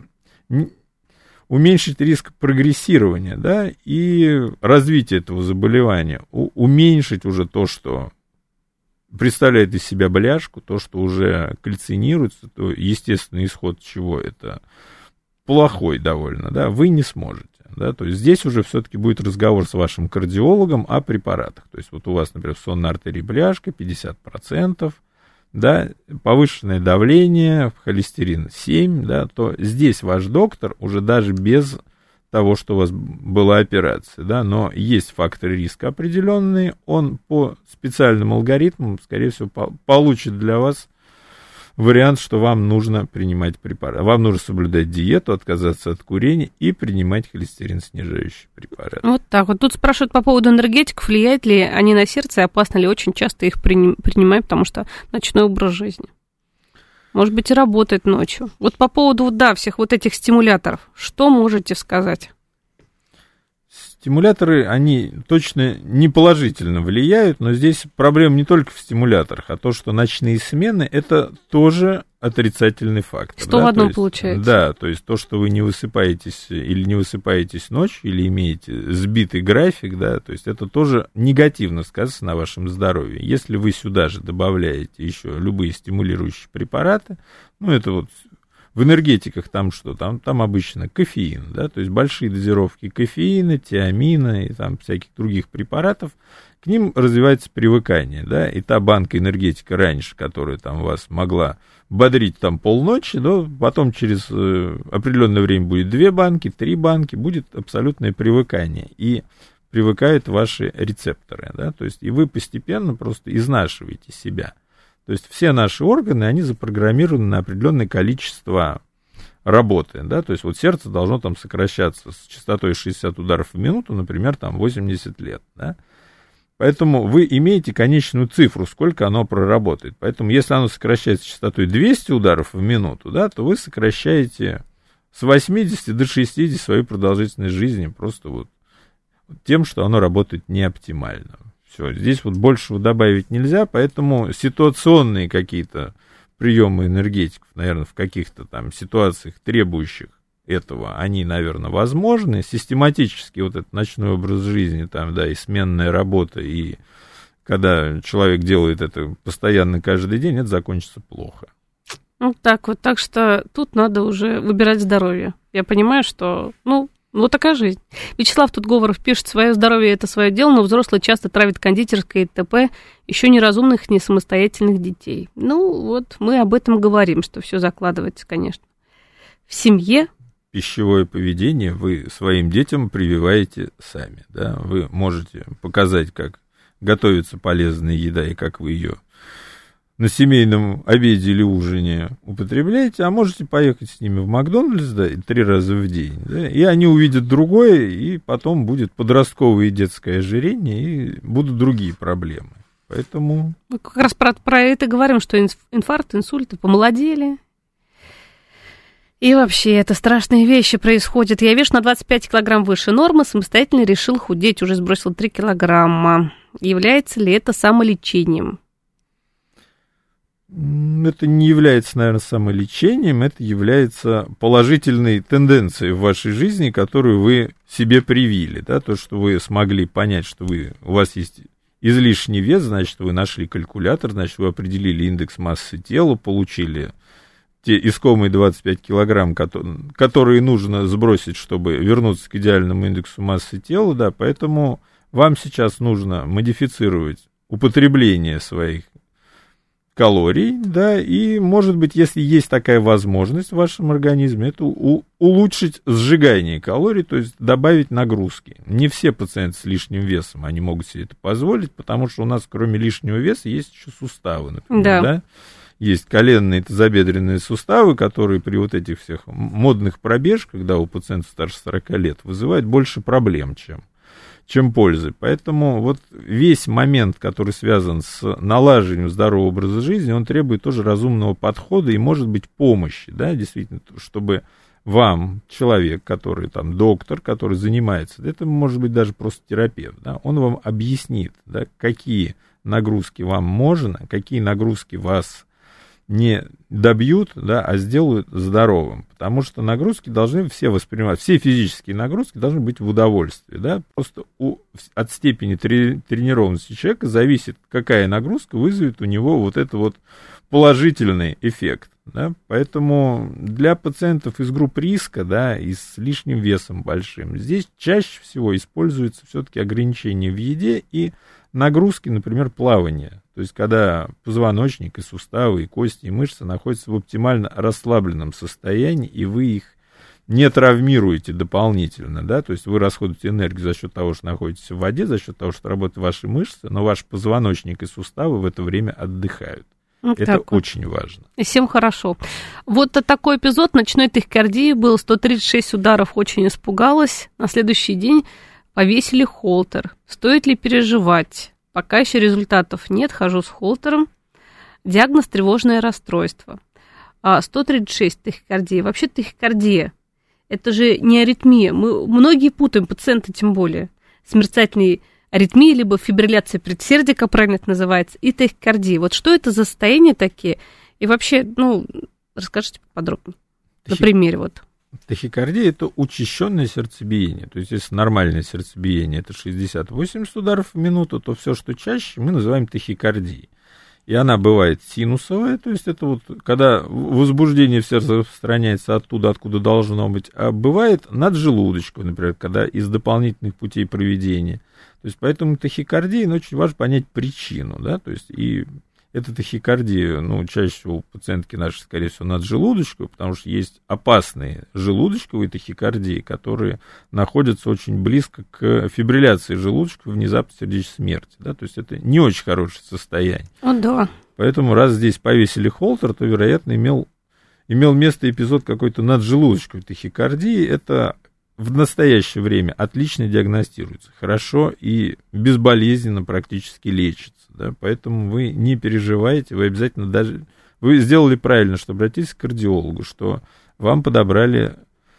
уменьшить риск прогрессирования, да, и развития этого заболевания, уменьшить уже то, что представляет из себя бляшку, то, что уже кальцинируется, то естественный исход чего это плохой довольно, да, вы не сможете. да, то есть здесь уже все-таки будет разговор с вашим кардиологом о препаратах. То есть вот у вас, например, сонная артерия бляшка 50%, да, повышенное давление, холестерин 7, да, то здесь ваш доктор уже даже без того, что у вас была операция, да, но есть факторы риска определенные, он по специальным алгоритмам, скорее всего, получит для вас вариант, что вам нужно принимать препараты. Вам нужно соблюдать диету, отказаться от курения и принимать холестерин-снижающие препараты. Вот так вот. Тут спрашивают по поводу энергетиков, влияют ли они на сердце и опасно ли очень часто их принимать, потому что ночной образ жизни. Может быть, и работает ночью. Вот по поводу, да, всех вот этих стимуляторов, что можете сказать? Стимуляторы, они точно не положительно влияют, но здесь проблема не только в стимуляторах, а то, что ночные смены, это тоже отрицательный фактор. 100 в одном получается. Да, то есть то, что вы не высыпаетесь или не высыпаетесь ночью, или имеете сбитый график, да, то есть это тоже негативно сказывается на вашем здоровье. Если вы сюда же добавляете еще любые стимулирующие препараты, ну, это вот в энергетиках там что? Там обычно кофеин, да, то есть большие дозировки кофеина, тиамина и там всяких других препаратов, к ним развивается привыкание, да, и та банка энергетика раньше, которая там вас могла бодрить там полночи, да, потом через определенное время будет 2 банки, 3 банки, будет абсолютное привыкание, и привыкают ваши рецепторы, да, то есть и вы постепенно просто изнашиваете себя. То есть все наши органы, они запрограммированы на определенное количество работы, да, то есть вот сердце должно там сокращаться с частотой 60 ударов в минуту, например, там 80 лет, да. Поэтому вы имеете конечную цифру, сколько оно проработает. Поэтому если оно сокращается с частотой 200 ударов в минуту, да, то вы сокращаете с 80 до 60 свою продолжительность жизни просто вот тем, что оно работает неоптимально. Все, здесь вот большего добавить нельзя, поэтому ситуационные какие-то приемы энергетиков, наверное, в каких-то там ситуациях, требующих этого, они, наверное, возможны. Систематически вот этот ночной образ жизни, там, да, и сменная работа, и когда человек делает это постоянно каждый день, это закончится плохо. Ну, так вот, так что тут надо уже выбирать здоровье. Я понимаю, что, вот такая жизнь. Вячеслав тут Говоров пишет: свое здоровье — это свое дело, но взрослые часто травят кондитерское и т.п. еще неразумных, не самостоятельных детей. Ну, вот мы об этом говорим, что все закладывается, конечно, в семье. Пищевое поведение вы своим детям прививаете сами, да, вы можете показать, как готовится полезная еда и как вы ее на семейном обеде или ужине употребляете, а можете поехать с ними в Макдональдс, да, 3 раза в день, да, и они увидят другое, и потом будет подростковое и детское ожирение, и будут другие проблемы. Поэтому... Мы как раз про это говорим, что инфаркт, инсульты, помолодели. И вообще, это страшные вещи происходят. Я вешу на 25 килограмм выше нормы, самостоятельно решил худеть, уже сбросил 3 килограмма. Является ли это самолечением? Это не является, наверное, самолечением, это является положительной тенденцией в вашей жизни, которую вы себе привили, да, то, что вы смогли понять, что у вас есть излишний вес, значит, вы нашли калькулятор, значит, вы определили индекс массы тела, получили те искомые 25 килограмм, которые нужно сбросить, чтобы вернуться к идеальному индексу массы тела, да, поэтому вам сейчас нужно модифицировать употребление своих калорий, да, и, может быть, если есть такая возможность в вашем организме, это улучшить сжигание калорий, то есть добавить нагрузки. Не все пациенты с лишним весом, они могут себе это позволить, потому что у нас, кроме лишнего веса, есть еще суставы, например, да? Есть коленные тазобедренные суставы, которые при вот этих всех модных пробежках, когда у пациентов старше 40 лет, вызывают больше проблем, чем пользы. Поэтому вот весь момент, который связан с налаживанием здорового образа жизни, он требует тоже разумного подхода и, может быть, помощи, да, действительно, чтобы вам человек, который там доктор, который занимается, это может быть даже просто терапевт, да, он вам объяснит, да, какие нагрузки вам можно, какие нагрузки вас не добьют, да, а сделают здоровым. Потому что нагрузки должны все воспринимать, все физические нагрузки должны быть в удовольствии. Да? Просто от степени тренированности человека зависит, какая нагрузка вызовет у него вот это вот положительный эффект. Да? Поэтому для пациентов из групп риска, да, и с лишним весом большим, здесь чаще всего используется все-таки ограничение в еде и нагрузки, например, плавания. То есть, когда позвоночник, и суставы, и кости, и мышцы находятся в оптимально расслабленном состоянии, и вы их не травмируете дополнительно, да, то есть вы расходуете энергию за счет того, что находитесь в воде, за счет того, что работают ваши мышцы, но ваш позвоночник и суставы в это время отдыхают. Вот это очень важно. И всем хорошо. Вот такой эпизод ночной тахикардии был, 136 ударов, очень испугалась. На следующий день повесили холтер. Стоит ли переживать? Пока еще результатов нет, хожу с холтером. Диагноз тревожное расстройство. 136 тахикардия. Вообще тахикардия – это же не аритмия. Многие путаем, пациенты тем более. С мерцательной аритмией, либо фибрилляция предсердия, как правильно это называется, и тахикардия. Вот что это за состояния такие? И вообще, расскажите поподробнее. На примере вот. Тахикардия – это учащенное сердцебиение. То есть, если нормальное сердцебиение – это 60-80 ударов в минуту, то все, что чаще, мы называем тахикардией. И она бывает синусовая, то есть это вот когда возбуждение в сердце распространяется оттуда, откуда должно быть, а бывает наджелудочковая, например, когда из дополнительных путей проведения. То есть поэтому тахикардия, очень важно понять причину, да, то есть и эта тахикардия, чаще всего у пациентки нашей, скорее всего, наджелудочковая, потому что есть опасные желудочковые тахикардии, которые находятся очень близко к фибрилляции желудочка, внезапной сердечной смерти, да, то есть это не очень хорошее состояние. Да. Поэтому раз здесь повесили холтер, то, вероятно, имел место эпизод какой-то наджелудочковой тахикардии. Это в настоящее время отлично диагностируется, хорошо и безболезненно практически лечится. Да, поэтому вы не переживаете, вы обязательно вы сделали правильно, что обратились к кардиологу, что вам подобрали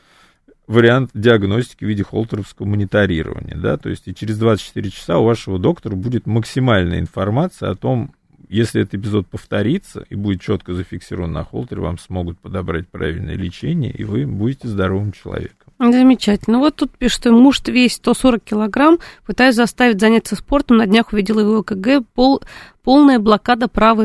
вариант диагностики в виде холтеровского мониторирования, да, то есть и через 24 часа у вашего доктора будет максимальная информация о том, если этот эпизод повторится и будет четко зафиксирован на холтере, вам смогут подобрать правильное лечение, и вы будете здоровым человеком. Замечательно. Вот тут пишет, что муж весит 140 килограмм, пытаюсь заставить заняться спортом, на днях увидела его ЭКГ, полная блокада правой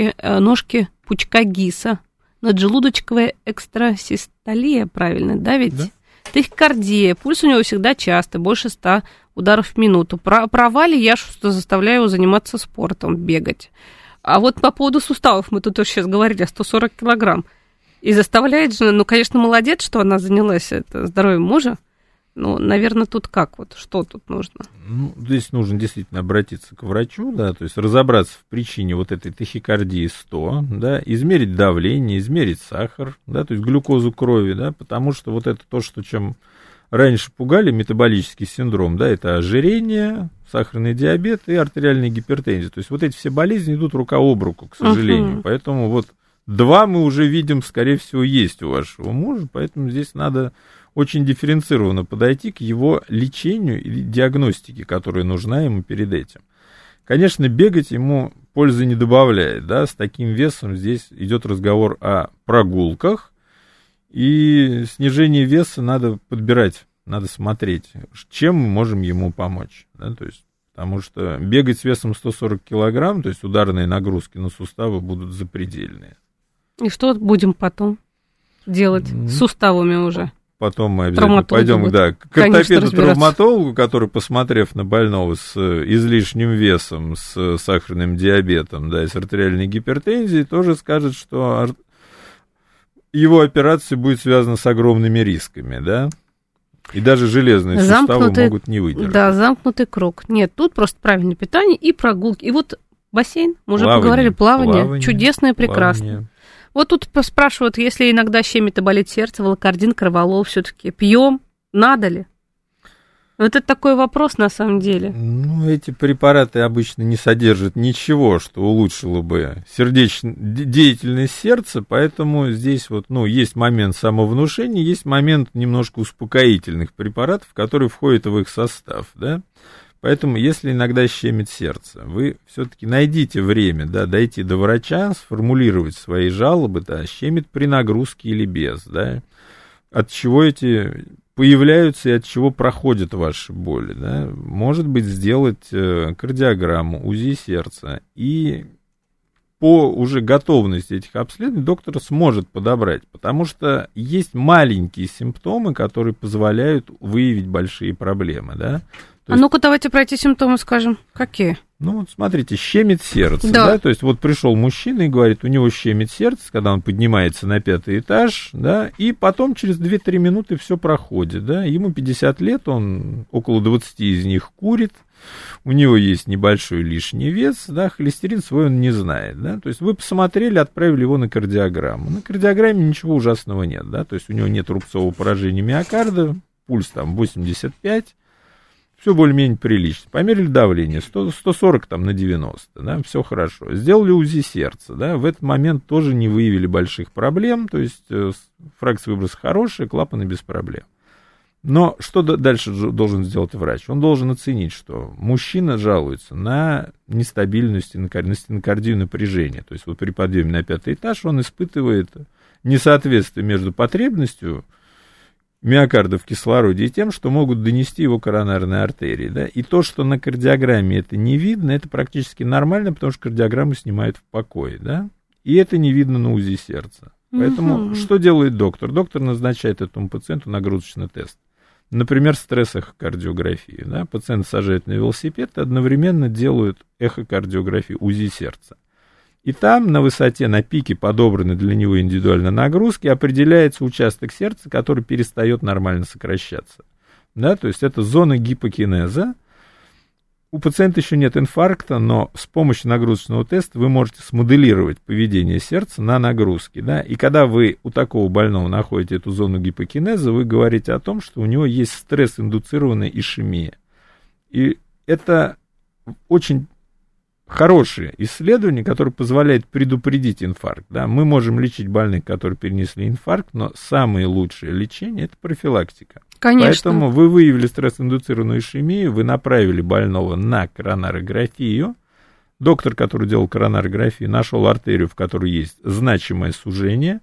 ножки пучка ГИСа, наджелудочковая экстрасистолия, правильно, да ведь? Да. Тахикардия, пульс у него всегда часто, больше 100 ударов в минуту. Права ли я, что заставляю его заниматься спортом, бегать? А вот по поводу суставов, мы тут тоже сейчас говорили, 140 килограмм. И заставляет же, конечно, молодец, что она занялась здоровьем мужа. Наверное, тут как вот, что тут нужно? Здесь нужно действительно обратиться к врачу, да, то есть разобраться в причине вот этой тахикардии 100, да, измерить давление, измерить сахар, да, то есть глюкозу крови, да, потому что вот это то, чем раньше пугали, метаболический синдром, да, это ожирение, сахарный диабет и артериальная гипертензия. То есть вот эти все болезни идут рука об руку, к сожалению. Поэтому вот 2 мы уже видим, скорее всего, есть у вашего мужа, поэтому здесь надо очень дифференцированно подойти к его лечению и диагностике, которая нужна ему перед этим. Конечно, бегать ему пользы не добавляет, да, с таким весом здесь идет разговор о прогулках, и снижение веса надо подбирать, надо смотреть, чем мы можем ему помочь, да, то есть, потому что бегать с весом 140 килограмм, то есть ударные нагрузки на суставы будут запредельные. И что будем потом делать с суставами уже? Потом мы обязательно пойдем к ортопеду-травматологу, который, посмотрев на больного с излишним весом, с сахарным диабетом, да, и с артериальной гипертензией, тоже скажет, что его операция будет связана с огромными рисками, да, и даже железные суставы могут не выдержать. Да, замкнутый круг. Нет, тут просто правильное питание и прогулки. И вот бассейн, мы уже поговорили, плавание, чудесное, прекрасное. Вот тут спрашивают, если иногда щемит и болит сердце, волокордин, кроволол, все-таки пьем, надо ли? Вот это такой вопрос на самом деле. Эти препараты обычно не содержат ничего, что улучшило бы деятельность сердца, поэтому здесь вот, есть момент самовнушения, есть момент немножко успокоительных препаратов, которые входят в их состав, да. Поэтому, если иногда щемит сердце, вы все-таки найдите время, да, дойти до врача, сформулировать свои жалобы, да, щемит при нагрузке или без, да, от чего эти появляются и от чего проходят ваши боли, да. Может быть, сделать кардиограмму, УЗИ сердца, и по уже готовности этих обследований доктор сможет подобрать, потому что есть маленькие симптомы, которые позволяют выявить большие проблемы, да. Ну-ка, давайте про эти симптомы скажем. Какие? Ну, вот смотрите, щемит сердце, да, то есть вот пришел мужчина и говорит, у него щемит сердце, когда он поднимается на 5-й этаж, да, и потом через 2-3 минуты все проходит, да, ему 50 лет, он около 20 из них курит, у него есть небольшой лишний вес, да, холестерин свой он не знает, да, то есть вы посмотрели, отправили его на кардиограмму, на кардиограмме ничего ужасного нет, да, то есть у него нет рубцового поражения миокарда, пульс там 85, все более-менее прилично. Померили давление, 140 там, на 90, да, все хорошо. Сделали УЗИ сердца, да, в этот момент тоже не выявили больших проблем, то есть фракция выброса хорошая, клапаны без проблем. Но что дальше должен сделать врач? Он должен оценить, что мужчина жалуется на нестабильную стенокардию напряжения, то есть вот при подъеме на 5-й этаж он испытывает несоответствие между потребностью миокарда в кислороде и тем, что могут донести его коронарные артерии, да, и то, что на кардиограмме это не видно, это практически нормально, потому что кардиограмму снимают в покое, да, и это не видно на УЗИ сердца. Поэтому что делает доктор? Доктор назначает этому пациенту нагрузочный тест. Например, стресс-эхокардиографию, да, пациент сажает на велосипед и одновременно делают эхокардиографию, УЗИ сердца. И там на высоте, на пике, подобраны для него индивидуально нагрузки, определяется участок сердца, который перестает нормально сокращаться. Да, то есть это зона гипокинеза. У пациента еще нет инфаркта, но с помощью нагрузочного теста вы можете смоделировать поведение сердца на нагрузке. Да? И когда вы у такого больного находите эту зону гипокинеза, вы говорите о том, что у него есть стресс-индуцированная ишемия. И это очень хорошее исследование, которое позволяет предупредить инфаркт. Да? Мы можем лечить больных, которые перенесли инфаркт, но самое лучшее лечение – это профилактика. Конечно. Поэтому вы выявили стресс-индуцированную ишемию, вы направили больного на коронарографию. Доктор, который делал коронарографию, нашел артерию, в которой есть значимое сужение,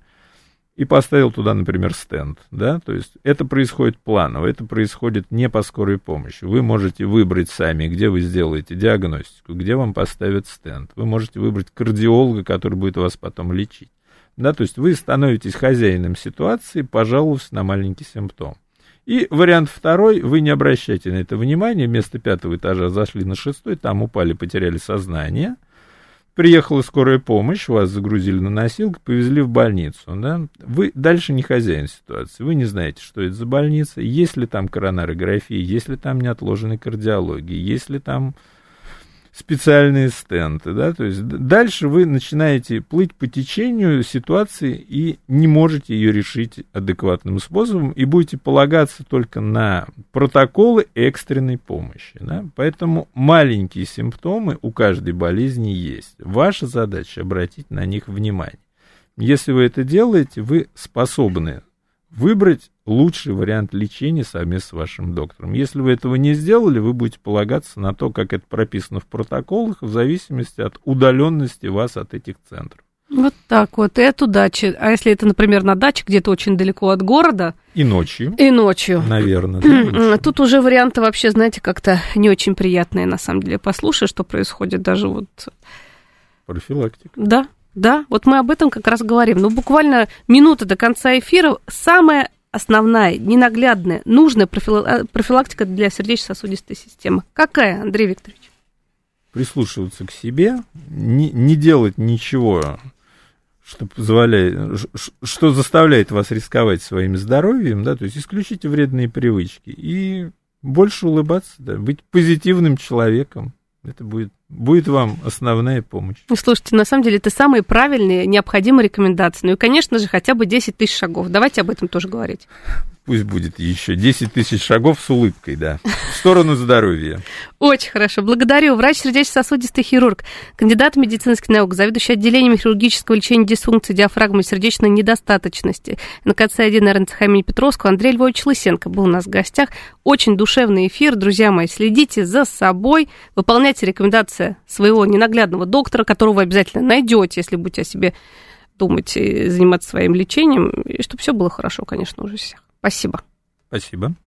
и поставил туда, например, стенд. Да? То есть это происходит планово, это происходит не по скорой помощи. Вы можете выбрать сами, где вы сделаете диагностику, где вам поставят стенд. Вы можете выбрать кардиолога, который будет вас потом лечить. Да? То есть вы становитесь хозяином ситуации, пожалуйста, на маленький симптом. И вариант второй, вы не обращайте на это внимания, вместо 5-го этажа зашли на 6-й, там упали, потеряли сознание, приехала скорая помощь, вас загрузили на носилку, повезли в больницу, да? Вы дальше не хозяин ситуации, вы не знаете, что это за больница, есть ли там коронарография, есть ли там неотложная кардиология, есть ли там специальные стенты, да, то есть дальше вы начинаете плыть по течению ситуации и не можете ее решить адекватным способом и будете полагаться только на протоколы экстренной помощи, да? Поэтому маленькие симптомы у каждой болезни есть. Ваша задача обратить на них внимание. Если вы это делаете, вы способны выбрать лучший вариант лечения совместно с вашим доктором. Если вы этого не сделали, вы будете полагаться на то, как это прописано в протоколах, в зависимости от удаленности вас от этих центров. Вот так вот, и от удачи. А если это, например, на даче, где-то очень далеко от города? И ночью. И ночью. Наверное. Да, тут уже варианты вообще, знаете, как-то не очень приятные, на самом деле. Послушай, что происходит даже вот... Профилактика. Да. Да, вот мы об этом как раз говорим. Ну, буквально минута до конца эфира. Самая основная, ненаглядная, нужная профилактика для сердечно-сосудистой системы. Какая, Андрей Викторович? Прислушиваться к себе, не делать ничего, что заставляет вас рисковать своим здоровьем, да, то есть исключите вредные привычки и больше улыбаться, да, быть позитивным человеком. Это будет вам основная помощь. Слушайте, на самом деле это самые правильные, необходимые рекомендации. Ну и, конечно же, хотя бы 10 тысяч шагов. Давайте об этом тоже говорить. Пусть будет еще 10 тысяч шагов с улыбкой, да. В сторону здоровья. Очень хорошо. Благодарю. Врач сердечно-сосудистый хирург, кандидат медицинских наук, заведующий отделением хирургического лечения дисфункции диафрагмы и сердечной недостаточности НКЦ-1 РНЦХ имени Петровского Андрей Львович Лысенко был у нас в гостях. Очень душевный эфир. Друзья мои, следите за собой, выполняйте рекомендации своего ненаглядного доктора, которого вы обязательно найдете, если будете о себе думать и заниматься своим лечением, и чтобы все было хорошо, конечно, уже всех. Спасибо. Спасибо.